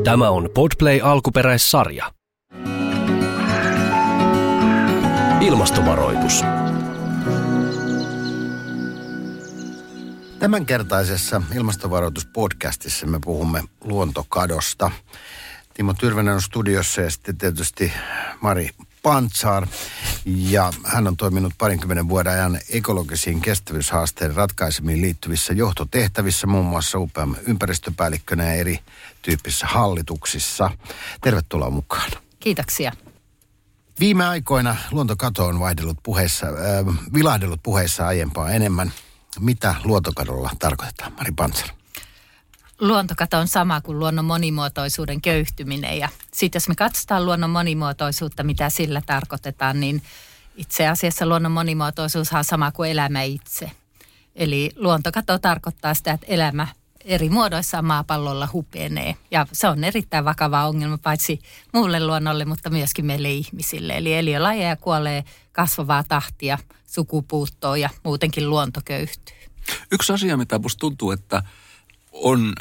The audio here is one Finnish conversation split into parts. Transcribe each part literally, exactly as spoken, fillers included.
Tämä on Podplay alkuperäissarja. Ilmastovaroitus. Tämänkertaisessa ilmastovaroituspodcastissa me puhumme luontokadosta. Timo Tyrvänen on studiossa ja sitten tietysti Mari Pantsar. Ja hän on toiminut parinkymmenen vuoden ajan ekologisiin kestävyyshaasteiden ratkaisemiin liittyvissä johtotehtävissä, muun muassa U P M ympäristöpäällikkönä ja eri tyyppisissä hallituksissa. Tervetuloa mukaan. Kiitoksia. Viime aikoina luontokato on vaihdellut puheissa, äh, vilahdellut puheissa aiempaa enemmän. Mitä luontokadolla tarkoitetaan, Mari Pantsar? Luontokato on sama kuin luonnon monimuotoisuuden köyhtyminen, ja sitten jos me katsotaan luonnon monimuotoisuutta, mitä sillä tarkoitetaan, niin itse asiassa luonnon monimuotoisuus on sama kuin elämä itse. Eli luontokato tarkoittaa sitä, että elämä eri muodoissaan maapallolla hupenee, ja se on erittäin vakava ongelma paitsi muulle luonnolle, mutta myöskin meille ihmisille. Eli eliölajeja kuolee kasvavaa tahtia, sukupuuttoon ja muutenkin luonto köyhtyy. Yksi asia, mitä musta tuntuu, että on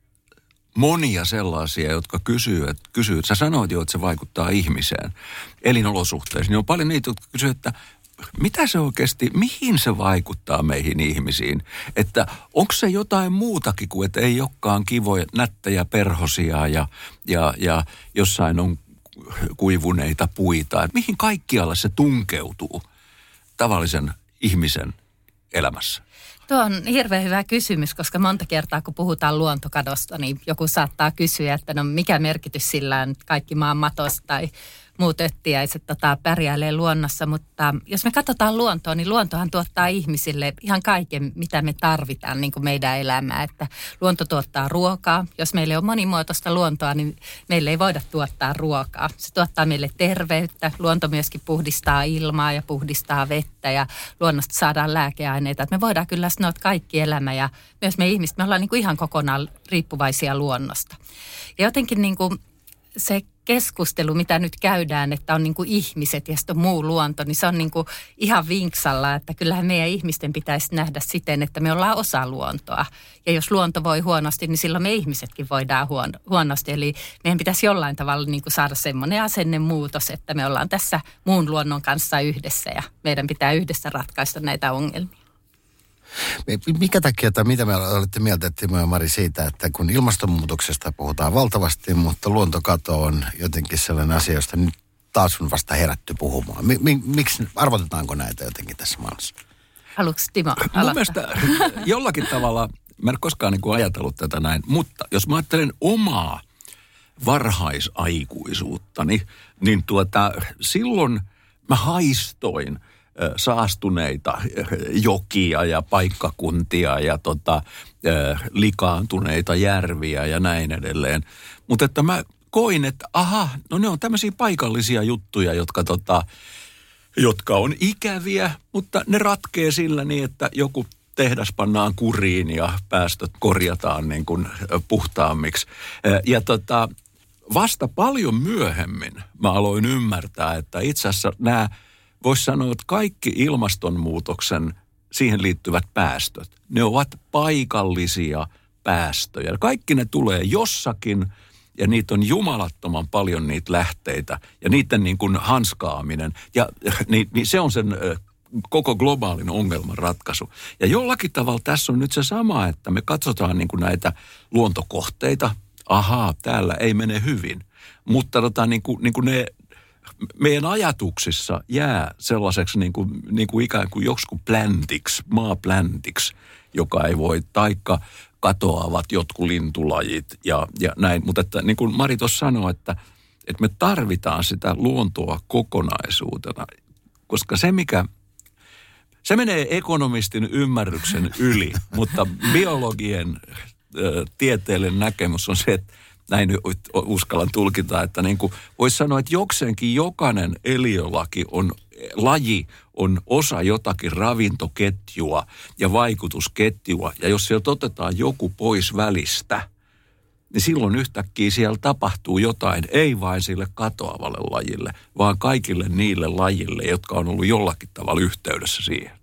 monia sellaisia, jotka kysyy, että, kysyy, että sä sanoit jo, että se vaikuttaa ihmiseen, elinolosuhteisiin. Niin on paljon niitä, jotka kysyy, että mitä se oikeasti, mihin se vaikuttaa meihin ihmisiin? Että onko se jotain muutakin kuin, että ei olekaan kivoja, nättejä perhosia ja, ja, ja jossain on kuivuneita puita. Että mihin kaikkialle se tunkeutuu tavallisen ihmisen elämässä? Tuo on hirveän hyvä kysymys, koska monta kertaa kun puhutaan luontokadosta, niin joku saattaa kysyä, että no mikä merkitys sillä on, kaikki maan matos tai muut öttiäiset tota, pärjäilee luonnossa. Mutta jos me katsotaan luontoa, niin luontohan tuottaa ihmisille ihan kaiken, mitä me tarvitaan niin kuin meidän elämää. Että luonto tuottaa ruokaa. Jos meillä on monimuotoista luontoa, niin meillä ei voida tuottaa ruokaa. Se tuottaa meille terveyttä. Luonto myöskin puhdistaa ilmaa ja puhdistaa vettä ja luonnosta saadaan lääkeaineita. Että me voidaan kyllä sanoa, että kaikki elämä ja myös me ihmiset, me ollaan niin kuin ihan kokonaan riippuvaisia luonnosta. Ja jotenkin niin kuin se keskustelu, mitä nyt käydään, että on niin kuin ihmiset ja sitten on muu luonto, niin se on niin kuin ihan vinksalla, että kyllähän meidän ihmisten pitäisi nähdä siten, että me ollaan osa luontoa. Ja jos luonto voi huonosti, niin silloin me ihmisetkin voidaan huon, huonosti. Eli meidän pitäisi jollain tavalla niin kuin saada semmoinen asennemuutos, että me ollaan tässä muun luonnon kanssa yhdessä ja meidän pitää yhdessä ratkaista näitä ongelmia. Mikä takia tai mitä me olette mieltä, Timo ja Mari, siitä, että kun ilmastonmuutoksesta puhutaan valtavasti, mutta luontokato on jotenkin sellainen asia, josta nyt taas on vasta herätty puhumaan. Miksi, arvotetaanko näitä jotenkin tässä maailmassa? Haluatko Timo aloittaa? Mun mielestä jollakin tavalla, mä en koskaan niin kuin ajatellut tätä näin, mutta jos mä ajattelen omaa varhaisaikuisuuttani, niin tuota, silloin mä haistoin saastuneita jokia ja paikkakuntia ja tota, likaantuneita järviä ja näin edelleen. Mutta että mä koin, että aha, no ne on tämmöisiä paikallisia juttuja, jotka, tota, jotka on ikäviä, mutta ne ratkee sillä niin, että joku tehdas pannaan kuriin ja päästöt korjataan niin kuin puhtaammiksi. Ja tota, vasta paljon myöhemmin mä aloin ymmärtää, että itse asiassa nämä voisi sanoa, että kaikki ilmastonmuutoksen siihen liittyvät päästöt, ne ovat paikallisia päästöjä. Kaikki ne tulee jossakin ja niitä on jumalattoman paljon niitä lähteitä ja niiden niin kuin hanskaaminen. Ja niin, niin se on sen koko globaalin ongelman ratkaisu. Ja jollakin tavalla tässä on nyt se sama, että me katsotaan niin kuin näitä luontokohteita. Ahaa, täällä ei mene hyvin. Mutta tota, niin kuin, niin kuin ne meidän ajatuksissa jää sellaiseksi niin kuin, niin kuin ikään kuin joksikin pläntiksi, maapläntiksi, joka ei voi, taikka katoavat jotkut lintulajit ja, ja näin. Mutta että, niin kuin Mari tuossa sanoi, että, että me tarvitaan sitä luontoa kokonaisuutena, koska se mikä, se menee ekonomistin ymmärryksen yli, mutta biologien ä, tieteellinen näkemys on se, että näin uskallan tulkita, että niin kuin voisi sanoa, että jokseenkin jokainen eliölaki on, laji on osa jotakin ravintoketjua ja vaikutusketjua. Ja jos sieltä otetaan joku pois välistä, niin silloin yhtäkkiä siellä tapahtuu jotain, ei vain sille katoavalle lajille, vaan kaikille niille lajille, jotka on ollut jollakin tavalla yhteydessä siihen.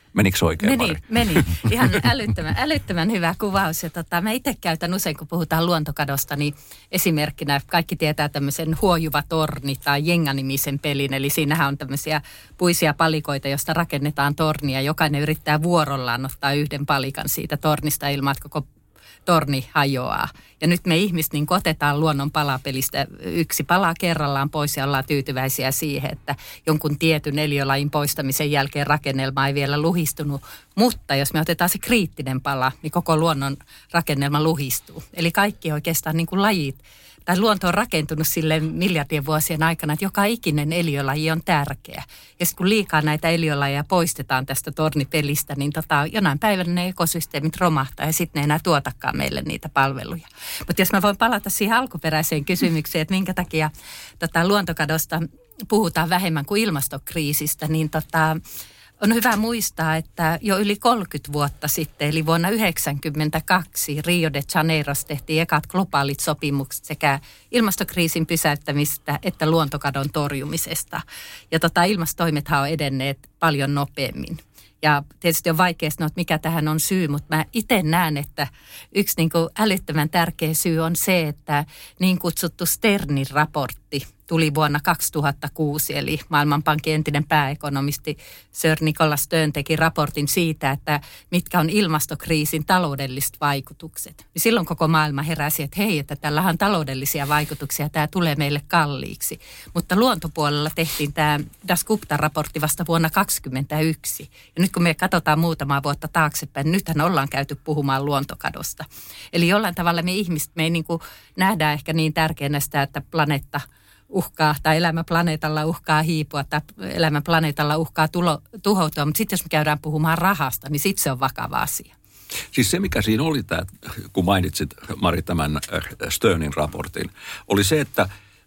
Menikö oikein, Meni, Mari? meni. Ihan älyttömän, älyttömän hyvä kuvaus. Ja tota, mä itse käytän usein, kun puhutaan luontokadosta, niin esimerkkinä kaikki tietää tämmöisen Huojuva torni tai Jenga-nimisen pelin. Eli siinähän on tämmöisiä puisia palikoita, joista rakennetaan tornia. Jokainen yrittää vuorollaan ottaa yhden palikan siitä tornista ilman, että koko torni hajoaa. Ja nyt me ihmiset niin otetaan luonnon palapelistä yksi palaa kerrallaan pois ja ollaan tyytyväisiä siihen, että jonkun tietyn eliölajin poistamisen jälkeen rakennelma ei vielä luhistunut. Mutta jos me otetaan se kriittinen pala, niin koko luonnon rakennelma luhistuu. Eli kaikki oikeastaan niin kuin lajit, tai luonto on rakentunut sille miljardien vuosien aikana, että joka ikinen eliölaji on tärkeä. Ja sitten kun liikaa näitä eliölajeja poistetaan tästä tornipelistä, niin tota, jonain päivänä ne ekosysteemit romahtaa ja sitten ne ei enää tuotakaan meille niitä palveluja. Mutta jos mä voin palata siihen alkuperäiseen kysymykseen, että minkä takia tota, luontokadosta puhutaan vähemmän kuin ilmastokriisistä, niin tota, on hyvä muistaa, että jo yli kolmekymmentä vuotta sitten, eli vuonna yhdeksänkymmentäkaksi Rio de Janeirossa tehtiin ekat globaalit sopimukset sekä ilmastokriisin pysäyttämistä että luontokadon torjumisesta. Ja tota, ilmastotoimethan on edenneet paljon nopeammin. Ja tietysti on vaikea sanoa, että mikä tähän on syy, mutta mä itse näen, että yksi niin kuin älyttömän tärkeä syy on se, että niin kutsuttu Sternin raportti tuli vuonna kaksituhattakuusi, eli Maailmanpankin entinen pääekonomisti Sir Nicholas Stern teki raportin siitä, että mitkä on ilmastokriisin taloudelliset vaikutukset. Ja silloin koko maailma heräsi, että hei, että tällä on taloudellisia vaikutuksia, tämä tulee meille kalliiksi. Mutta luontopuolella tehtiin tämä Dasgupta-raportti vasta vuonna kaksituhattakaksikymmentäyksi. Ja nyt kun me katsotaan muutamaa vuotta taaksepäin, niin nythän ollaan käyty puhumaan luontokadosta. Eli jollain tavalla me ihmiset, me ei niin kuin nähdään ehkä niin tärkeänä sitä, että planeetta uhkaa, tai elämä planeetalla uhkaa hiipua, tai elämä planeetalla uhkaa tulo, tuhoutua, mutta sitten jos me käydään puhumaan rahasta, niin sitten se on vakava asia. Siis se, mikä siinä oli, tämä, kun mainitsit, Mari, tämän Sternin raportin, oli se, että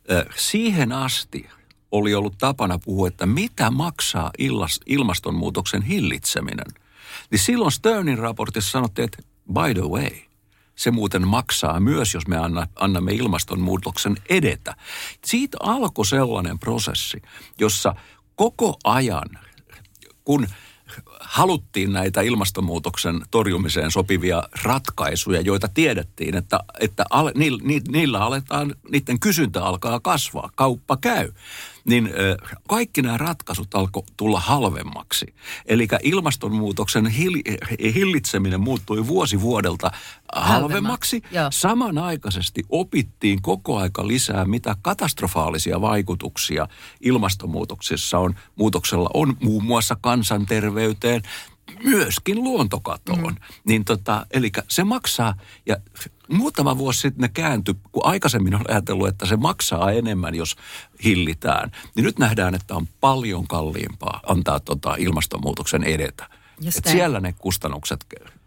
siihen asti oli ollut tapana puhua, että mitä maksaa ilmastonmuutoksen hillitseminen. Niin silloin Sternin raportissa sanottiin, että by the way, se muuten maksaa myös, jos me anna, annamme ilmastonmuutoksen edetä. Siitä alkoi sellainen prosessi, jossa koko ajan, kun haluttiin näitä ilmastonmuutoksen torjumiseen sopivia ratkaisuja, joita tiedettiin, että, että al, ni, niillä aletaan, niiden kysyntä alkaa kasvaa, kauppa käy, niin kaikki nämä ratkaisut alkoi tulla halvemmaksi. Eli ilmastonmuutoksen hil, hillitseminen muuttui vuosi vuodelta halvemmaksi. halvemmaksi. Samanaikaisesti opittiin koko aika lisää, mitä katastrofaalisia vaikutuksia ilmastonmuutoksessa on. Muutoksella on muun muassa kansanterveyteen, myöskin luontokatoon. Mm. Niin tota, eli se maksaa, ja muutama vuosi sitten ne kääntyi, kun aikaisemmin on ajatellut, että se maksaa enemmän, jos hillitään. Niin nyt nähdään, että on paljon kalliimpaa antaa tota ilmastonmuutoksen edetä. Et siellä ne kustannukset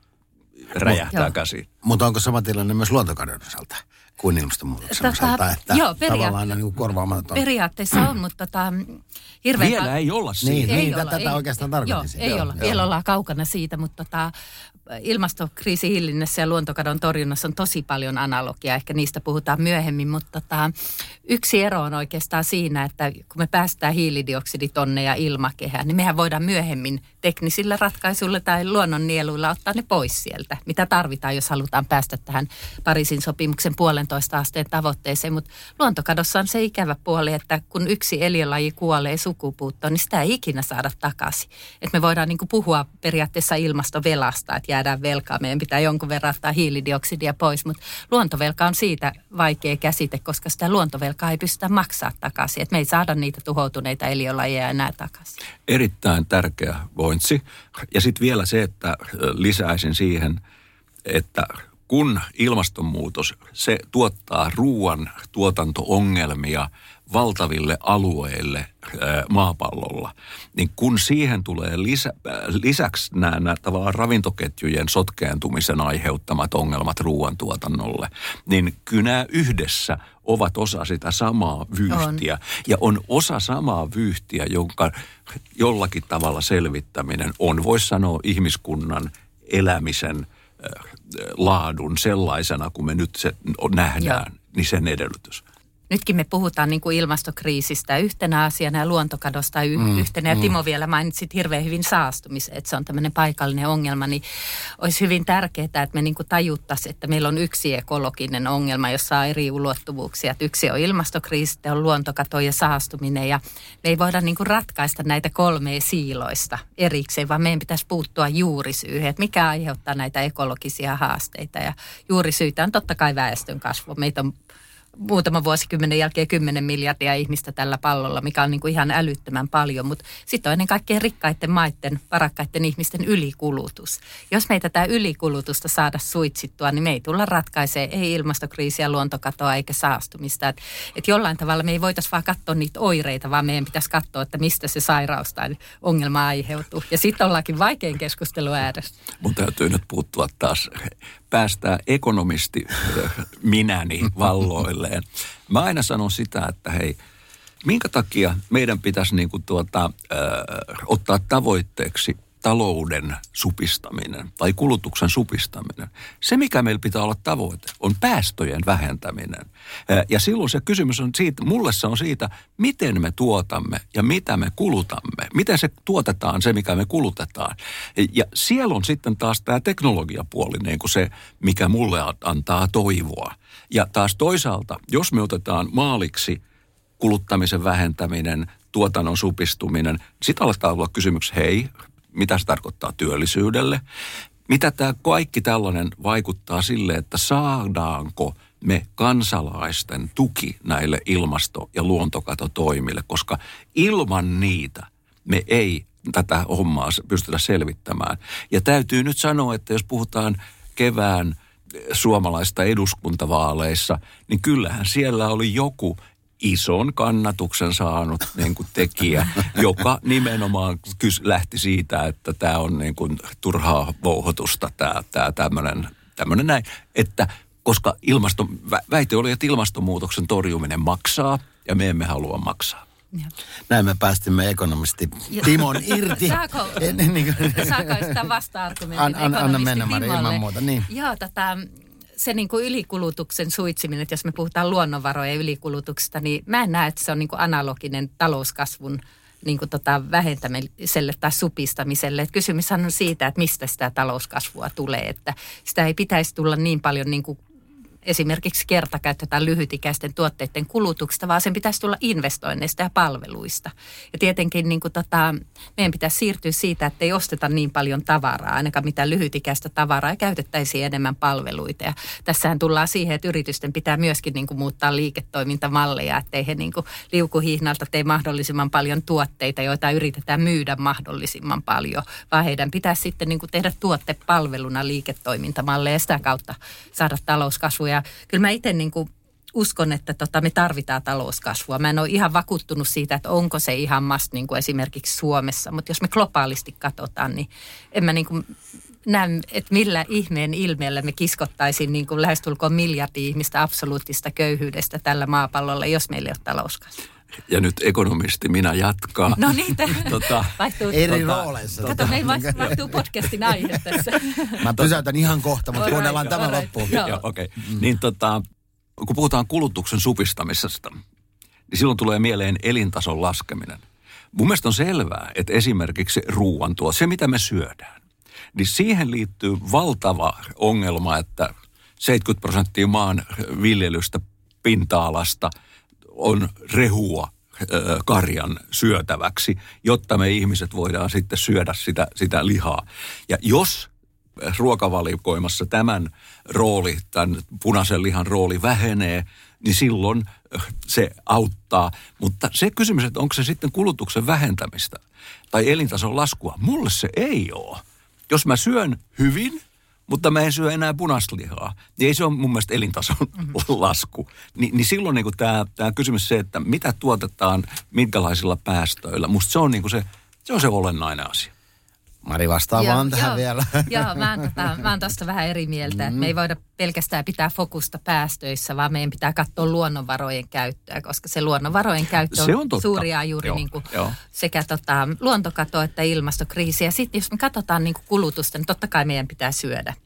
räjähtää käsiin. Mutta onko sama tilanne myös luontokadon osalta kuin ilmastonmuutoksen tota, osalta? Että joo, peria- tavallaan niin korvaamaton. Periaatteessa on, mutta tota, hirveän... Vielä ei olla siitä. Niin, ei niin olla, tätä ei, oikeastaan tarkoitin. Joo, siitä. ei joo, olla. Joo. Vielä ollaan kaukana siitä, mutta tota, ilmastokriisin hillinnässä ja luontokadon torjunnassa on tosi paljon analogia. Ehkä niistä puhutaan myöhemmin, mutta tota, yksi ero on oikeastaan siinä, että kun me päästään hiilidioksiditonneja ilmakehään, niin mehän voidaan myöhemmin teknisillä ratkaisuilla tai luonnonnieluilla ottaa ne pois sieltä, mitä tarvitaan, jos halutaan päästä tähän Pariisin sopimuksen puolentoista asteen tavoitteeseen. Mutta luontokadossa on se ikävä puoli, että kun yksi eliölaji kuolee sukupuuttoon, niin sitä ei ikinä saada takaisin. Että me voidaan niinku puhua periaatteessa ilmastovelasta, että jäädään velkaa. Meidän pitää jonkun verran ottaa hiilidioksidia pois, mutta luontovelka on siitä vaikea käsite, koska sitä luontovelkaa ei pystytä maksaa takaisin. Että me ei saada niitä tuhoutuneita eliölajeja enää takaisin. Erittäin tärkeä pointsi. Ja sitten vielä se, että lisäisin siihen, että kun ilmastonmuutos, se tuottaa ruoan tuotanto-ongelmia valtaville alueille ää, maapallolla, niin kun siihen tulee lisä, lisäksi nämä, nämä tavallaan ravintoketjujen sotkeentumisen aiheuttamat ongelmat ruoantuotannolle, niin kyllä nämä yhdessä ovat osa sitä samaa vyyhtiä. On. Ja on osa samaa vyyhtiä, jonka jollakin tavalla selvittäminen on, voisi sanoa, ihmiskunnan elämisen laadun sellaisena, kun me nyt se nähdään, Joo. niin sen edellytys. nytkin me puhutaan niin kuin ilmastokriisistä yhtenä asiana ja luontokadosta y- mm, yhtenä. Ja mm. Timo vielä mainitsit hirveän hyvin saastumisen, että se on tämmöinen paikallinen ongelma. Niin olisi hyvin tärkeää, että me niin kuin tajuttaisiin, että meillä on yksi ekologinen ongelma, jossa on eri ulottuvuuksia. Että yksi on ilmastokriisi, on luontokato ja saastuminen. Ja me ei voida niin kuin ratkaista näitä kolmea siiloista erikseen, vaan meidän pitäisi puuttua juurisyyhyn, että mikä aiheuttaa näitä ekologisia haasteita. Ja juurisyitä on totta kai väestön kasvu. Meitä on muutaman vuosikymmenen jälkeen kymmenen miljardia ihmistä tällä pallolla, mikä on niin kuin ihan älyttömän paljon, mutta sitten on ennen kaikkea rikkaiden maiden, varakkaiden ihmisten ylikulutus. Jos me ei tätä ylikulutusta saada suitsittua, niin me ei tulla ratkaisee ei ilmastokriisiä, luontokatoa eikä saastumista. Että et jollain tavalla me ei voitaisiin vaan katsoa niitä oireita, vaan meidän pitäisi katsoa, että mistä se sairaus tai ongelma aiheutuu. Ja sitten ollaankin vaikein keskustelu ääressä. Mun täytyy nyt puuttua taas, päästää ekonomisti minäni valloilleen. Mä aina sanon sitä, että hei, minkä takia meidän pitäisi niin kuin tuota, ö, ottaa tavoitteeksi talouden supistaminen tai kulutuksen supistaminen. Se, mikä meillä pitää olla tavoite, on päästöjen vähentäminen. Ja silloin se kysymys on siitä, mulle se on siitä, miten me tuotamme ja mitä me kulutamme. Miten se tuotetaan, se mikä me kulutetaan. Ja siellä on sitten taas tämä teknologiapuoli, niin kuin se, mikä mulle antaa toivoa. Ja taas toisaalta, jos me otetaan maaliksi kuluttamisen vähentäminen, tuotannon supistuminen, sitä aletaan olla kysymys, hei, mitä se tarkoittaa työllisyydelle? Mitä tämä kaikki tällainen vaikuttaa sille, että saadaanko me kansalaisten tuki näille ilmasto- ja luontokatotoimille? Koska ilman niitä me ei tätä hommaa pystytä selvittämään. Ja täytyy nyt sanoa, että jos puhutaan kevään suomalaista eduskuntavaaleissa, niin kyllähän siellä oli joku ison kannatuksen saanut niin kuin tekijä, joka nimenomaan lähti siitä, että tämä on niin kuin turhaa vouhotusta, tämä, tämä tämmöinen, tämmöinen näin. Että koska ilmasto, väite oli, että ilmastonmuutoksen torjuminen maksaa ja me emme halua maksaa. Ja. Näin me päästimme ekonomisti Timon irti. Saako, saako sitä vasta-argumentin an, an, Anna mennä, Mari, ilman muuta. Niin. Joo, tätä... Se niin kuin ylikulutuksen suitsiminen, että jos me puhutaan luonnonvarojen ylikulutuksesta, niin mä en näe, että se on niin kuin analoginen talouskasvun niin kuin tota vähentämiselle tai supistamiselle. Että kysymys on siitä, että mistä sitä talouskasvua tulee, että sitä ei pitäisi tulla niin paljon niin kuin esimerkiksi kertakäyttö- tai lyhytikäisten tuotteiden kulutuksesta, vaan sen pitäisi tulla investoinneista ja palveluista. Ja tietenkin niin kuin tota, meidän pitäisi siirtyä siitä, että ei osteta niin paljon tavaraa, ainakaan mitään lyhytikäistä tavaraa, ja käytettäisiin enemmän palveluita. Ja tässähän tullaan siihen, että yritysten pitää myöskin niin kuin muuttaa liiketoimintamalleja, ettei he niin kuin liukuhihnalta tee mahdollisimman paljon tuotteita, joita yritetään myydä mahdollisimman paljon, vaan heidän pitäisi sitten niin kuin tehdä tuottepalveluna liiketoimintamalleja ja sitä kautta saada talouskasvua. Ja kyllä mä itse niin kuin uskon, että tota, me tarvitaan talouskasvua. Mä en ole ihan vakuuttunut siitä, että onko se ihan must niin kuin esimerkiksi Suomessa, mutta jos me globaalisti katsotaan, niin en mä niin kuin näe, että millä ihmeen ilmeellä me kiskottaisiin niin kuin lähestulkoon miljardi ihmistä absoluuttista köyhyydestä tällä maapallolla, jos meillä ei ole talouskasvua. Ja nyt ekonomisti minä jatkaa. No niin, tota, vaihtuu. Eri tota, rooleissa. Kato, tota, meillä vaihtuu podcastin aihe tässä. Mä pysäytän ihan kohta, mutta kuunnellaan tämä loppuun. Joo, okei. Okay. Mm. Niin tota, kun puhutaan kulutuksen supistamisesta, niin silloin tulee mieleen elintason laskeminen. Mun mielestä on selvää, että esimerkiksi ruoantuo, se mitä me syödään, niin siihen liittyy valtava ongelma, että seitsemänkymmentä prosenttia maan viljelystä pinta-alasta on rehua ö, karjan syötäväksi, jotta me ihmiset voidaan sitten syödä sitä, sitä lihaa. Ja jos ruokavalikoimassa tämän rooli, tämän punaisen lihan rooli vähenee, niin silloin se auttaa. Mutta se kysymys, että onko se sitten kulutuksen vähentämistä tai elintason laskua, mulle se ei ole. Jos mä syön hyvin, mutta mä en syö enää punaslihaa, niin ei se ole mun mielestä elintason mm-hmm. lasku. Ni, niin silloin niin tämä, tämä kysymys se, että mitä tuotetaan, minkälaisilla päästöillä. Musta se on, niin se, se on se olennainen asia. Mari vastaa joo, vaan tähän joo, vielä. Joo, mä oon, tota, mä oon tosta vähän eri mieltä. Mm. Että me ei voida pelkästään pitää fokusta päästöissä, vaan meidän pitää katsoa luonnonvarojen käyttöä, koska se luonnonvarojen käyttö on, on suuria juuri joo, niin kuin sekä tota, luontokato että ilmastokriisi. Ja sitten jos me katsotaan niin kuin kulutusta, niin totta kai meidän pitää syödä.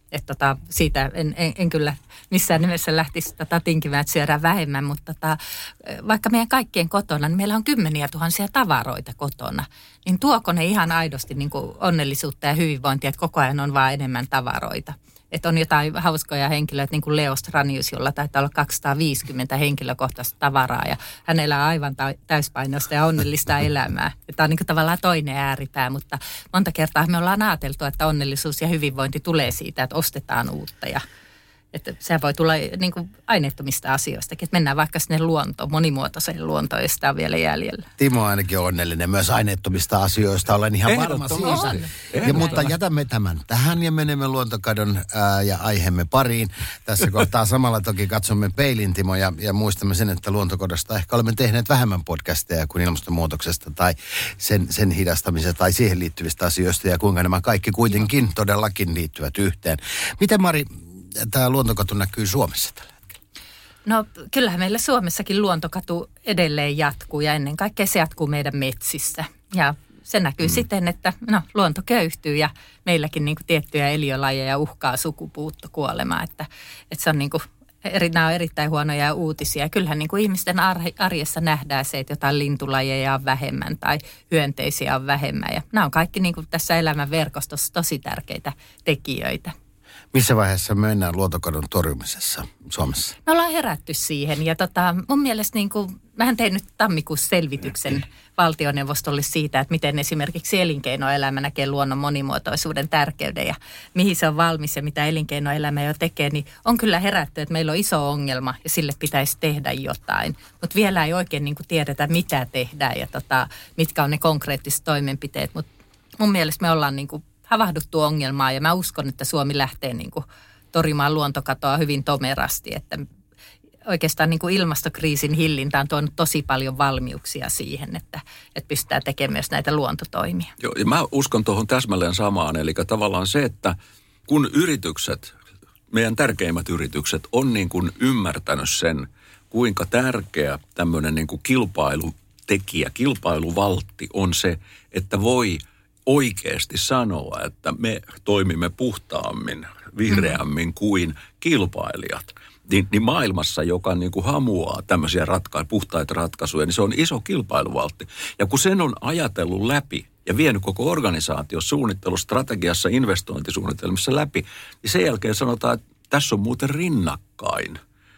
Että tota, siitä en, en, en kyllä missään nimessä lähtisi tota tinkimään, että syödään vähemmän, mutta tota, vaikka meidän kaikkien kotona, niin meillä on kymmeniä tuhansia tavaroita kotona, niin tuoko ne ihan aidosti niin kuin onnellisuutta ja hyvinvointia, että koko ajan on vaan enemmän tavaroita. Että on jotain hauskoja henkilöitä, niin kuin Leo Stranius, jolla taitaa olla kaksisataaviisikymmentä henkilökohtaista tavaraa ja hän elää aivan täyspainoista ja onnellista elämää. Tämä on niin kuin tavallaan toinen ääripää, mutta monta kertaa me ollaan ajateltu, että onnellisuus ja hyvinvointi tulee siitä, että ostetaan uutta ja että sehän voi tulla niin kuin aineettomista asioistakin, että mennään vaikka sinne luontoon, monimuotoiseen luontoon, jos sitä on vielä jäljellä. Timo ainakin on onnellinen myös aineettomista asioista, olen ihan varma siitä. Ja, mutta jätämme tämän tähän ja menemme luontokadon ää, ja aiheemme pariin. Tässä kohtaa samalla toki katsomme peilin, Timo, ja, ja muistamme sen, että luontokadosta ehkä olemme tehneet vähemmän podcasteja kuin ilmastonmuutoksesta tai sen, sen hidastamisesta tai siihen liittyvistä asioista ja kuinka nämä kaikki kuitenkin Joo. todellakin liittyvät yhteen. Miten, Mari, tämä luontokatu näkyy Suomessa tällä hetkellä? No kyllähän meillä Suomessakin luontokatu edelleen jatkuu ja ennen kaikkea se jatkuu meidän metsissä. Ja se näkyy mm. siten, että no, luonto köyhtyy ja meilläkin niin kuin tiettyjä eliölajeja uhkaa sukupuuttokuolemaa. Että, että se on niin kuin, eri, nämä on erittäin huonoja uutisia. Kyllähän niin kuin ihmisten arjessa nähdään se, että jotain lintulajeja on vähemmän tai hyönteisiä on vähemmän. Ja nämä on kaikki niin kuin tässä elämän verkostossa tosi tärkeitä tekijöitä. Missä vaiheessa me mennään luontokadon torjumisessa Suomessa? Me ollaan herätty siihen ja tota, mun mielestä niin kuin, mähän tein nyt tammikuussa selvityksen valtioneuvostolle siitä, että miten esimerkiksi elinkeinoelämä näkee luonnon monimuotoisuuden tärkeyden ja mihin se on valmis ja mitä elinkeinoelämä jo tekee, niin on kyllä herätty, että meillä on iso ongelma ja sille pitäisi tehdä jotain. Mutta vielä ei oikein niin kuin tiedetä, mitä tehdään ja tota, mitkä on ne konkreettiset toimenpiteet, mutta mun mielestä me ollaan niin kuin havahduttu ongelmaa ja mä uskon, että Suomi lähtee niin kuin torjumaan luontokatoa hyvin tomerasti, että oikeastaan niin kuin ilmastokriisin hillintä on tuonut tosi paljon valmiuksia siihen, että, että pystytään tekemään myös näitä luontotoimia. Joo, ja mä uskon tuohon täsmälleen samaan, eli tavallaan se, että kun yritykset, meidän tärkeimmät yritykset on niin kuin ymmärtänyt sen, kuinka tärkeä tämmöinen niin kuin kilpailutekijä, kilpailuvaltti on se, että voi oikeasti sanoa, että me toimimme puhtaammin, vihreämmin kuin kilpailijat. Niin, niin maailmassa, joka niin kuin hamuaa tämmöisiä ratka- puhtaita ratkaisuja, niin se on iso kilpailuvaltti. Ja kun sen on ajatellut läpi ja vienyt koko organisaatio suunnittelustrategiassa, investointisuunnitelmissa läpi, niin sen jälkeen sanotaan, että tässä on muuten rinnakkain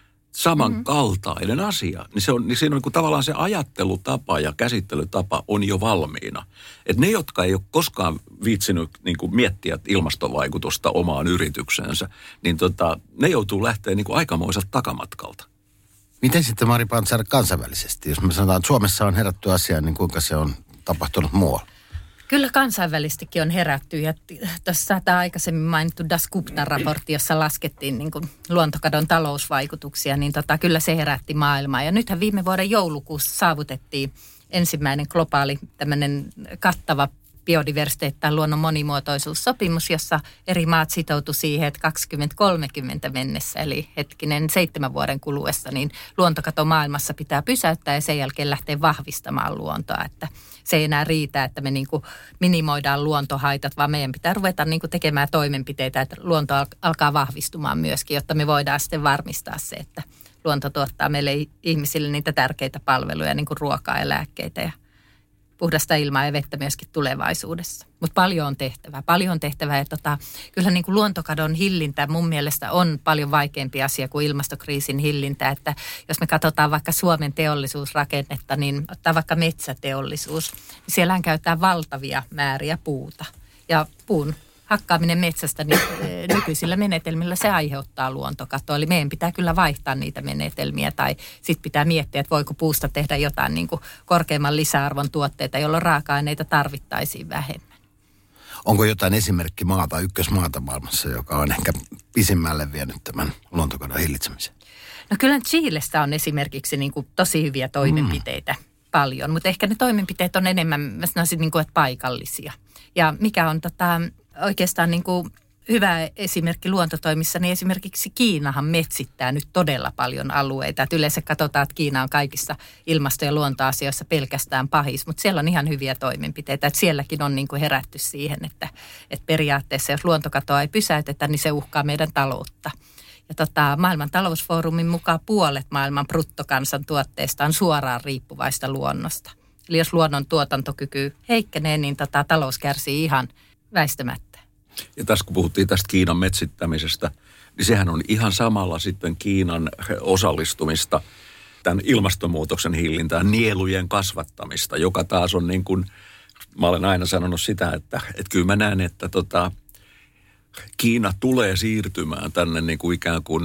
samankaltainen mm-hmm. asia. Niin, se on, niin siinä on niin tavallaan se ajattelutapa ja käsittelytapa on jo valmiina. Et ne, jotka ei ole koskaan viitsinyt niin kuin miettiä ilmastovaikutusta omaan yrityksensä, niin tota, ne joutuu lähteä niin kuin aikamoiselta takamatkalta. Miten sitten, Mari Pantsar, kansainvälisesti? Jos me sanotaan, että Suomessa on herätty asiaan, niin kuinka se on tapahtunut muualla? Kyllä kansainvälisestikin on herätty ja tuossa tämä aikaisemmin mainittu Dasgupta-raportti, jossa laskettiin niin kuin luontokadon talousvaikutuksia, niin tota, kyllä se herätti maailmaa. Ja nythän viime vuoden joulukuussa saavutettiin ensimmäinen globaali tämmöinen kattava biodiversiteetti tai luonnon monimuotoisuussopimus, jossa eri maat sitoutu siihen, että kaksituhattakolmekymmentä mennessä, eli hetkinen seitsemän vuoden kuluessa, niin luontokato maailmassa pitää pysäyttää ja sen jälkeen lähteä vahvistamaan luontoa, että se ei enää riitä, että me niin kuin minimoidaan luontohaitat, vaan meidän pitää ruveta niin kuin tekemään toimenpiteitä, että luonto alkaa vahvistumaan myöskin, jotta me voidaan sitten varmistaa se, että luonto tuottaa meille ihmisille niitä tärkeitä palveluja, niin kuin ruokaa ja lääkkeitä ja puhdasta ilmaa ja vettä myöskin tulevaisuudessa. Mutta paljon on tehtävää. Paljon on tehtävää. Ja tota, kyllä niin kuin luontokadon hillintä mun mielestä on paljon vaikeampi asia kuin ilmastokriisin hillintä. Että jos me katsotaan vaikka Suomen teollisuusrakennetta, niin ottaa vaikka metsäteollisuus. Niin siellähän käytetään valtavia määriä puuta. Ja puun hakkaaminen metsästä niin nykyisillä menetelmillä se aiheuttaa luontokatoa. Eli meidän pitää kyllä vaihtaa niitä menetelmiä tai sitten pitää miettiä, että voiko puusta tehdä jotain niin kuin korkeamman lisäarvon tuotteita, jolloin raaka-aineita tarvittaisiin vähemmän. Onko jotain esimerkkimaata, ykkösmaata maailmassa, joka on ehkä pisimmälle vienyt tämän luontokadon hillitsemisen? No kyllä Chilestä on esimerkiksi niin kuin tosi hyviä toimenpiteitä mm. paljon, mutta ehkä ne toimenpiteet on enemmän, mä sanoisin, niin kuin, että paikallisia. Ja mikä on tota, oikeastaan niin kuin hyvä esimerkki luontotoimissa, niin esimerkiksi Kiinahan metsittää nyt todella paljon alueita. Et yleensä katsotaan, että Kiina on kaikissa ilmasto- ja luontoasioissa pelkästään pahis, mutta siellä on ihan hyviä toimenpiteitä. Et sielläkin on niin kuin herätty siihen, että, että periaatteessa jos luontokatoa ei pysäytetä, niin se uhkaa meidän taloutta. Ja tota, maailman talousfoorumin mukaan puolet maailman bruttokansantuotteesta on suoraan riippuvaista luonnosta. Eli jos luonnon tuotantokyky heikkenee, niin tota, talous kärsii ihan väistämättä. Ja tässä kun puhuttiin tästä Kiinan metsittämisestä, niin sehän on ihan samalla sitten Kiinan osallistumista tämän ilmastonmuutoksen hillintään, nielujen kasvattamista, joka taas on niin kuin, mä olen aina sanonut sitä, että, että kyllä mä näen, että tota, Kiina tulee siirtymään tänne niin kuin ikään kuin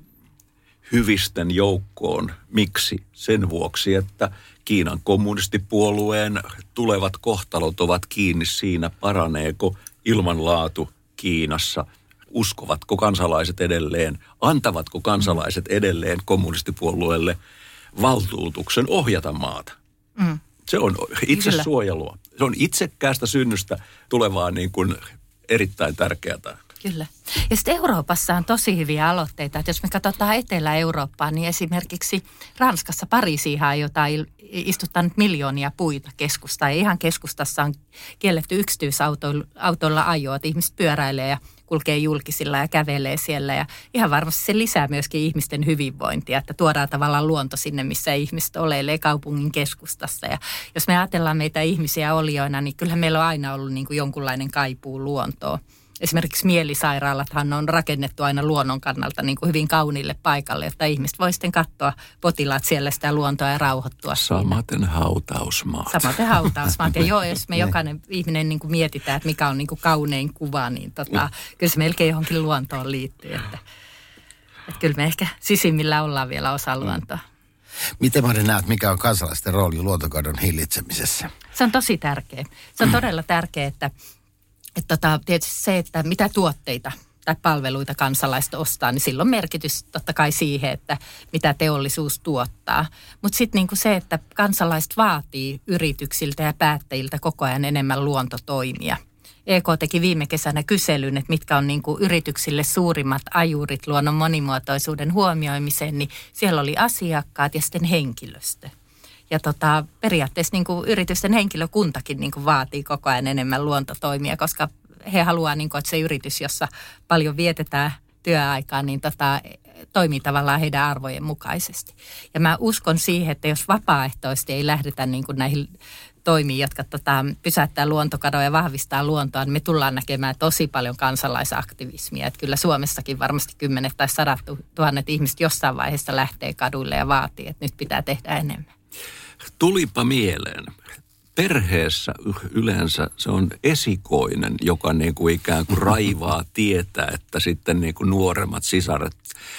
hyvisten joukkoon. Miksi? Sen vuoksi, että Kiinan kommunistipuolueen tulevat kohtalot ovat kiinni siinä, paraneeko ilmanlaatu Kiinassa, uskovatko kansalaiset edelleen, antavatko kansalaiset edelleen kommunistipuolueelle valtuutuksen ohjata maata. Mm. Se on itsesuojelua. Se on itsekkäästä synnystä tulevaa niin kuin erittäin tärkeää. Kyllä. Ja sitten Euroopassa on tosi hyviä aloitteita, että jos me katsotaan Etelä-Eurooppaa, niin esimerkiksi Ranskassa Pariisiin aiotaan istuttaa nyt miljoonia puita keskustaan. Ja ihan keskustassa on kielletty yksityisautoilla ajoa, että ihmiset pyöräilee ja kulkee julkisilla ja kävelee siellä. Ja ihan varmasti se lisää myöskin ihmisten hyvinvointia, että tuodaan tavallaan luonto sinne, missä ihmiset oleilee kaupungin keskustassa. Ja jos me ajatellaan meitä ihmisiä olioina, niin kyllähän meillä on aina ollut niin kuin jonkunlainen kaipuu luontoon. Esimerkiksi mielisairaalathan on rakennettu aina luonnon kannalta niin kuin hyvin kauniille paikalle, jotta ihmiset voi sitten katsoa potilaat siellä sitä luontoa ja rauhoittua. Samaten siinä. hautausmaat. Samaten hautausmaat. Ja joo, jos me jokainen ihminen niin kuin mietitään, että mikä on niin kuin kaunein kuva, niin tota, kyllä se melkein johonkin luontoon liittyy. Että, että kyllä me ehkä sisimmillä ollaan vielä osa luontoa. Miten Mari näet, mikä on kansalaisten rooli luontokadon hillitsemisessä? Se on tosi tärkeä. Se on todella tärkeää, että Että tota, tietysti se, että mitä tuotteita tai palveluita kansalaiset ostaa, niin sillä on merkitys totta kai siihen, että mitä teollisuus tuottaa. Mutta sitten niinku se, että kansalaiset vaatii yrityksiltä ja päättäjiltä koko ajan enemmän luontotoimia. E K teki viime kesänä kyselyn, että mitkä on niinku yrityksille suurimmat ajurit luonnon monimuotoisuuden huomioimiseen, niin siellä oli asiakkaat ja sitten henkilöstö. Ja tota, periaatteessa niin kuin yritysten henkilökuntakin niin kuin vaatii koko ajan enemmän luontotoimia, koska he haluaa, niin kuin, että se yritys, jossa paljon vietetään työaikaa, niin tota, toimii tavallaan heidän arvojen mukaisesti. Ja mä uskon siihen, että jos vapaaehtoisesti ei lähdetä niin kuin näihin toimiin, jotka tota, pysäyttää luontokadoa ja vahvistaa luontoa, niin me tullaan näkemään tosi paljon kansalaisaktivismia. Että kyllä Suomessakin varmasti kymmenet tai sadat tuhannet ihmiset jossain vaiheessa lähtee kaduille ja vaatii, että nyt pitää tehdä enemmän. Tulipa mieleen. Perheessä yleensä se on esikoinen, joka niin kuin ikään kuin raivaa tietää, että sitten niin kuin nuoremmat sisaret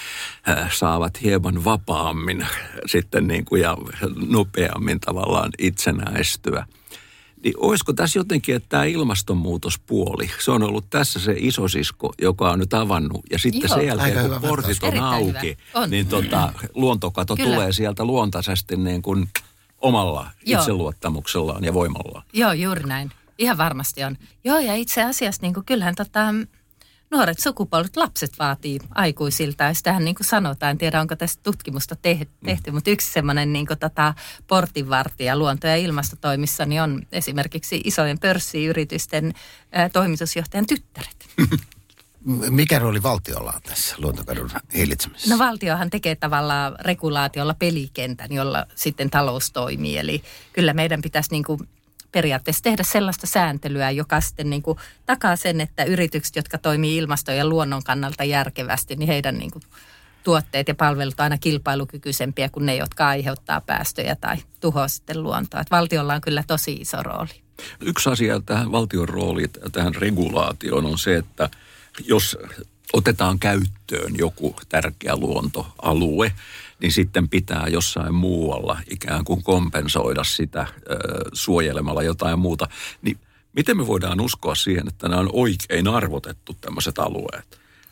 saavat hieman vapaammin sitten niin kuin ja nopeammin tavallaan itsenäistyä. Niin olisiko tässä jotenkin, että tämä ilmastonmuutospuoli, se on ollut tässä se isosisko, joka on nyt avannut. Ja sitten Joo, sen jälkeen, kun portit on auki, on. niin tota, luontokato Kyllä. tulee sieltä luontaisesti niin kuin omalla Joo. itseluottamuksellaan ja voimallaan. Joo, juuri näin. Ihan varmasti on. Joo, ja itse asiassa niin kuin, kyllähän tota, nuoret sukupolvet, lapset vaatii aikuisilta. Ja sitähän niin kuin sanotaan, en tiedä onko tästä tutkimusta tehty, mm. mutta yksi semmoinen niin kuin, tota, portinvartija luonto- ja ilmastotoimissa niin on esimerkiksi isojen pörssiyritysten ää, toimitusjohtajan tyttäret. Mikä rooli valtiolla on tässä luontokadon hillitsemisessä? No valtiohan tekee tavallaan regulaatiolla pelikentän, jolla sitten talous toimii. Eli kyllä meidän pitäisi niin kuin periaatteessa tehdä sellaista sääntelyä, joka sitten niin kuin takaa sen, että yritykset, jotka toimii ilmaston ja luonnon kannalta järkevästi, niin heidän niin kuin tuotteet ja palvelut on aina kilpailukykyisempiä kuin ne, jotka aiheuttaa päästöjä tai tuhoaa sitten luontoa. Että valtiolla on kyllä tosi iso rooli. Yksi asia tähän valtion rooliin, tähän regulaatioon on se, että jos otetaan käyttöön joku tärkeä luontoalue, niin sitten pitää jossain muualla ikään kuin kompensoida sitä ö, suojelemalla jotain muuta. Niin miten me voidaan uskoa siihen, että nämä on oikein arvotettu tämmöiset alueet? Hmm.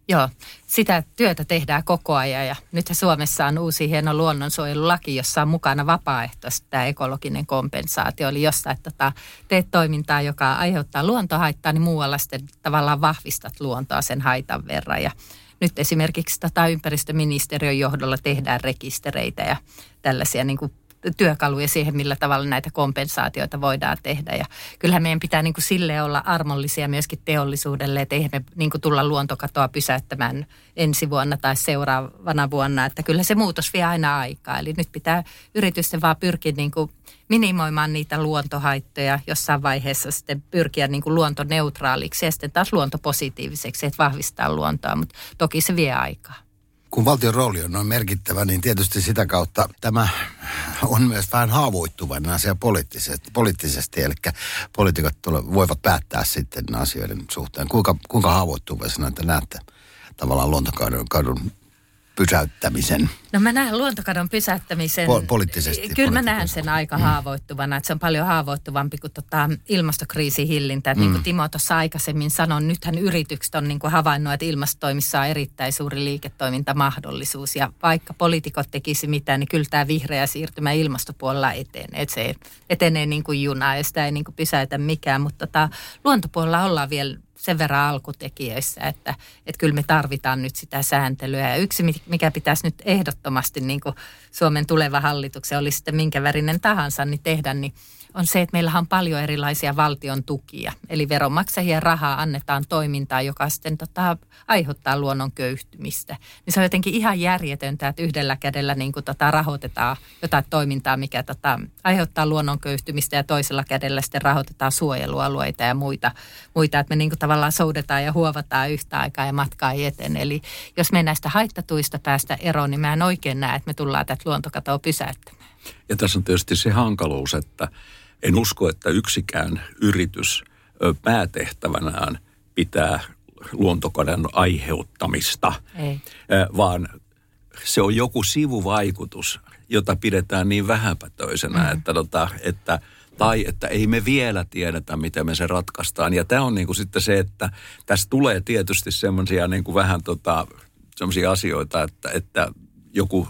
Joo, sitä työtä tehdään koko ajan ja nythän Suomessa on uusi hieno luonnonsuojelulaki, jossa on mukana vapaaehtoisesti tämä ekologinen kompensaatio. Eli jos sä tota, teet toimintaa, joka aiheuttaa luontohaittaa, niin muualla sitten tavallaan vahvistat luontoa sen haitan verran. Ja nyt esimerkiksi tota, ympäristöministeriön johdolla tehdään rekistereitä ja tällaisia niin kuin työkaluja siihen, millä tavalla näitä kompensaatioita voidaan tehdä. Ja kyllähän meidän pitää niin kuin silleen olla armollisia myöskin teollisuudelle, että eihän me niin kuin tulla luontokatoa pysäyttämään ensi vuonna tai seuraavana vuonna. Että kyllä se muutos vie aina aikaa. Eli nyt pitää yritysten vaan pyrkiä niin kuin minimoimaan niitä luontohaittoja, jossain vaiheessa sitten pyrkiä niin kuin luontoneutraaliksi ja sitten taas luontopositiiviseksi, että vahvistaa luontoa, mutta toki se vie aikaa. Kun valtion rooli on noin merkittävä, niin tietysti sitä kautta tämä on myös vähän haavoittuvainen asia poliittisesti. poliittisesti eli poliitikot voivat päättää sitten asioiden suhteen. Kuinka, kuinka haavoittuvaisena te näette tavallaan luontokadon pysäyttämisen? No mä näen luontokadon pysäyttämisen. Po- poliittisesti. Kyllä mä näen sen aika haavoittuvana, että se on paljon haavoittuvampi kuin tota ilmastokriisin hillintä. Mm. Niin kuin Timo tuossa aikaisemmin sanoi, nythän yritykset on niin kuin havainnut, että ilmastotoimissa on erittäin suuri liiketoimintamahdollisuus. Ja vaikka poliitikot tekisi mitään, niin kyllä tämä vihreä siirtymä ilmastopuolella etenee. Että se etenee niin kuin juna ja sitä ei niin kuin pysäytä mikään, mutta tota, luontopuolella ollaan vielä sen verran alkutekijöissä, että, että kyllä me tarvitaan nyt sitä sääntelyä. Ja yksi, mikä pitäisi nyt ehdottomasti niin kuin Suomen tuleva hallituksen, oli sitten minkä värinen tahansa, niin tehdä, niin on se, että meillähän on paljon erilaisia valtion tukia. Eli veronmaksajien rahaa annetaan toimintaan, joka sitten tota, aiheuttaa luonnon köyhtymistä. Niin se on jotenkin ihan järjetöntä, että yhdellä kädellä niin kuin, tota, rahoitetaan jotain toimintaa, mikä tota, aiheuttaa luonnon köyhtymistä ja toisella kädellä sitten rahoitetaan suojelualueita ja muita. muita että me niin kuin, tavallaan soudetaan ja huovataan yhtä aikaa ja matkaa ei etene. Eli jos me näistä haittatuista päästä eroon, niin mä en oikein näe, että me tullaan tätä luontokatoa pysäyttämään. Ja tässä on tietysti se hankaluus, että en usko, että yksikään yritys päätehtävänään pitää luontokadon aiheuttamista, Ei. vaan se on joku sivuvaikutus, jota pidetään niin vähäpätöisenä, mm. että, tota, että tai että ei me vielä tiedetä, miten me se ratkaistaan. Ja tämä on niin kuin sitten se, että tässä tulee tietysti semmoisia niin kuin vähän tota, semmoisia asioita, että, että joku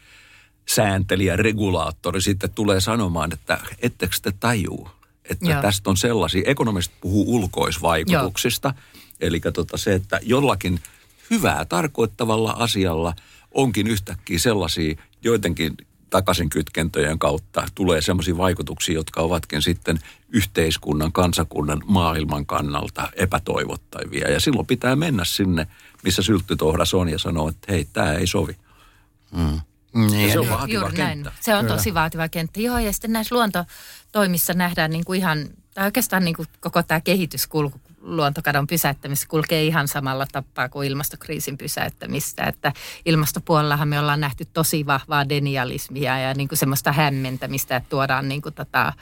sääntelijä, regulaattori sitten tulee sanomaan, että ettekö te tajuu, että Joo. tästä on sellaisia, ekonomistit puhuu ulkoisvaikutuksista, Joo. eli tota se, että jollakin hyvää tarkoittavalla asialla onkin yhtäkkiä sellaisia joidenkin takaisinkytkentöjen kautta tulee sellaisia vaikutuksia, jotka ovatkin sitten yhteiskunnan, kansakunnan, maailman kannalta epätoivottavia. Ja silloin pitää mennä sinne, missä sylttytohdas on ja sanoa, että hei, tämä ei sovi. Mm. Niin, se on vaativa kenttä. Näin. Se on tosi vaativa kenttä. Joo, ja sitten näissä luontotoimissa nähdään niin kuin ihan, tai oikeastaan niin kuin koko tämä kehityskulku luontokadon pysäyttämistä kulkee ihan samalla tapaa kuin ilmastokriisin pysäyttämistä. Että ilmastopuolellahan me ollaan nähty tosi vahvaa denialismia ja niin kuin semmoista hämmentämistä, että tuodaan niin kuin tota,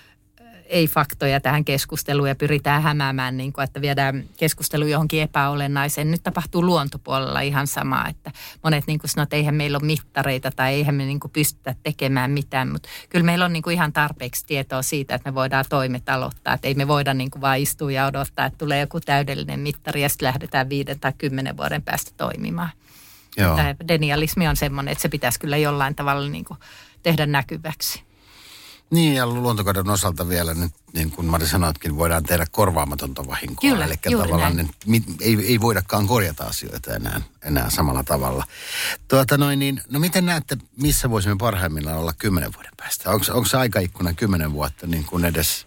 ei-faktoja tähän keskusteluun ja pyritään hämäämään, niin kuin, että viedään keskustelu johonkin epäolennaiseen. Nyt tapahtuu luontopuolella ihan sama, että monet niin kuin sanoo, että eihän meillä ole mittareita tai eihän me niin kuin pystytä tekemään mitään, mutta kyllä meillä on niin kuin ihan tarpeeksi tietoa siitä, että me voidaan toimet aloittaa, että ei me voida niin kuin vaan istua ja odottaa, että tulee joku täydellinen mittari ja sitten lähdetään viiden tai kymmenen vuoden päästä toimimaan. Joo. Tämä denialismi on semmoinen, että se pitäisi kyllä jollain tavalla niin kuin tehdä näkyväksi. Niin, ja luontokadon osalta vielä nyt, niin kuin Mari sanoitkin, voidaan tehdä korvaamatonta vahinkoa. Kyllä, eli juuri tavallaan näin. Ne, ei, ei voidakaan korjata asioita enää, enää samalla tavalla. Tuota noin, niin, no miten näette, missä voisimme parhaimmillaan olla kymmenen vuoden päästä? Onko, onko se aikaikkuna kymmenen vuotta niin kuin edes,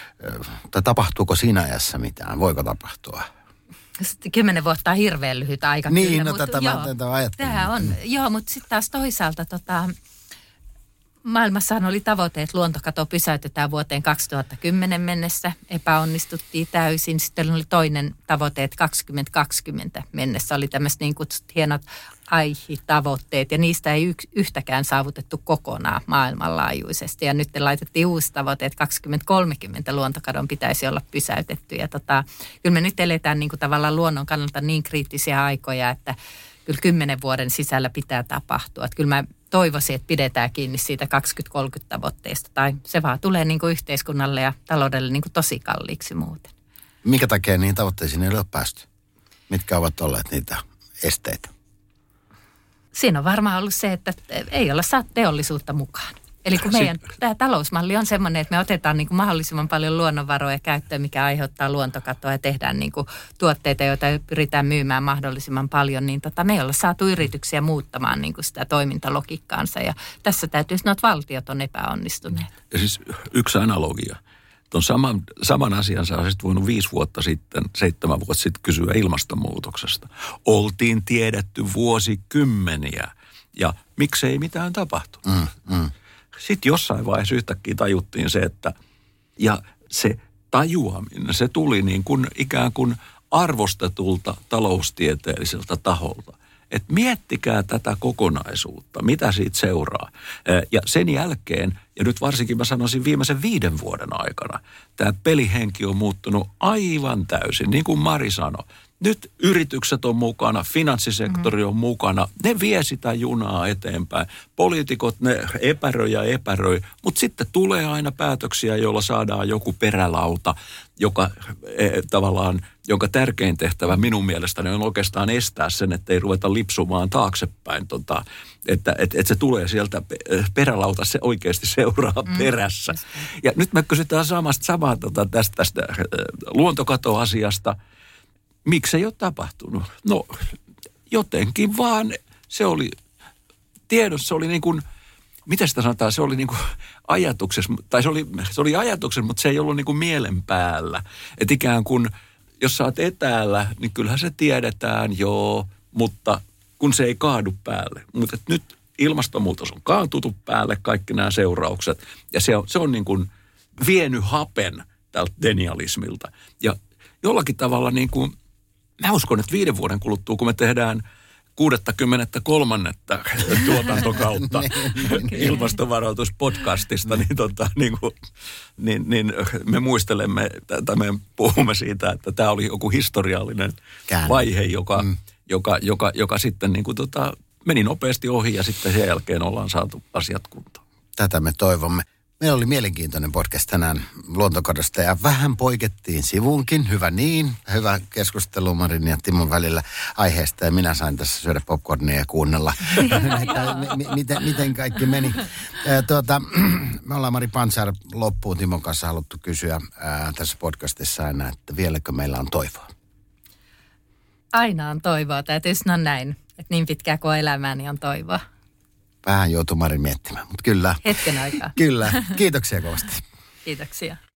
tai tapahtuuko siinä ajassa mitään? Voiko tapahtua? Sitten kymmenen vuotta on hirveän lyhyt aika. Niin, kyllä, no mutta tätä joo, mä tätä ajattelin. Tämä on, mm. joo, mutta sitten taas toisaalta tota, maailmassahan oli tavoite, että luontokato pysäytetään vuoteen kaksituhattakymmenen mennessä. Epäonnistuttiin täysin. Sitten oli toinen tavoite, että kaksituhattakaksikymmentä mennessä oli tämmöiset niin kutsut hienot aihitavoitteet. Ja niistä ei yhtäkään saavutettu kokonaan maailmanlaajuisesti. Ja nyt laitettiin uusi tavoite, että kaksituhattakolmekymmentä luontokadon pitäisi olla pysäytetty. Ja tota, kyllä me nyt eletään niin kuin tavallaan luonnon kannalta niin kriittisiä aikoja, että kyllä kymmenen vuoden sisällä pitää tapahtua. Että kyllä mä toivoisin, että pidetään kiinni siitä kaksituhattakolmekymmentä tavoitteesta. Tai se vaan tulee niin kuin yhteiskunnalle ja taloudelle niin kuin tosi kalliiksi muuten. Minkä takia niihin tavoitteisiin ei ole päästy? Mitkä ovat olleet niitä esteitä? Siinä on varmaan ollut se, että ei olla saatu teollisuutta mukaan. Eli kun meidän tämä talousmalli on semmoinen, että me otetaan niin kuin mahdollisimman paljon luonnonvaroja käyttöön, mikä aiheuttaa luontokatoa ja tehdään niin kuin tuotteita, joita pyritään myymään mahdollisimman paljon, niin tota, me ei olla saatu yrityksiä muuttamaan niin kuin sitä toimintalogiikkaansa. Ja tässä täytyy sanoa, että valtiot on epäonnistuneet. Ja siis yksi analogia. Tuon saman, saman asian sä olisit voinut viisi vuotta sitten, seitsemän vuotta sitten kysyä ilmastonmuutoksesta. Oltiin tiedetty vuosikymmeniä ja miksei mitään tapahtunut. Mm, mm. Sitten jossain vaiheessa yhtäkkiä tajuttiin se, että ja se tajuaminen, se tuli niin kuin ikään kuin arvostetulta taloustieteelliseltä taholta. Että miettikää tätä kokonaisuutta, mitä siitä seuraa. Ja sen jälkeen, ja nyt varsinkin mä sanoisin viimeisen viiden vuoden aikana, tämä pelihenki on muuttunut aivan täysin, niin kuin Mari sanoi. Nyt yritykset on mukana, finanssisektori on mukana, ne vie sitä junaa eteenpäin. Poliitikot, ne epäröi ja epäröi, mutta sitten tulee aina päätöksiä, joilla saadaan joku perälauta, joka e, tavallaan, jonka tärkein tehtävä minun mielestäni on oikeastaan estää sen, että ei ruveta lipsumaan taaksepäin, tota, että et, et se tulee sieltä perälauta, se oikeasti seuraa mm. perässä. Ja nyt me kysytään samasta, samaa tota, tästä, tästä luontokatoasiasta. Miksi ei ole tapahtunut? No jotenkin vaan se oli tiedossa, se oli niin kuin, mitä sitä sanotaan, se oli niin kuin ajatuksessa, tai se oli, se oli ajatuksessa, mutta se ei ollut niin kuin mielen päällä. Että ikään kuin, jos sä oot etäällä, niin kyllähän se tiedetään, joo, mutta kun se ei kaadu päälle. Mutta nyt ilmastonmuutos on kaantutu päälle, kaikki nämä seuraukset, ja se on, se on niin kuin vienyt hapen tältä denialismilta. Ja jollakin tavalla niin kuin, mä uskon, että viiden vuoden kuluttua, kun me tehdään kuudettakymmenettä kolmannetta tuotantokautta ilmastovaroituspodcastista, niin, tota, niin, kuin, niin, niin me muistelemme, tai me puhumme siitä, että tämä oli joku historiallinen Käänne. vaihe, joka, mm. joka, joka, joka sitten niin kuin, tota, meni nopeasti ohi ja sitten sen jälkeen ollaan saatu asiat kuntoon. Tätä me toivomme. Meillä oli mielenkiintoinen podcast tänään luontokadosta ja vähän poikettiin sivunkin. Hyvä niin. Hyvä keskustelu Marin ja Timon välillä aiheesta ja minä sain tässä syödä popcornia ja kuunnella, että m- miten, miten kaikki meni. Ää, tuota, me ollaan Mari Pantsar loppuun Timon kanssa haluttu kysyä ää, tässä podcastissa aina, että vieläkö meillä on toivoa? Aina on toivoa. Täytyy sanoa näin, että niin pitkään kuin elämää, niin on toivoa. Vähän joutuu Marin miettimään, mutta kyllä. Hetken aikaa. Kyllä. Kiitoksia kovasti. Kiitoksia.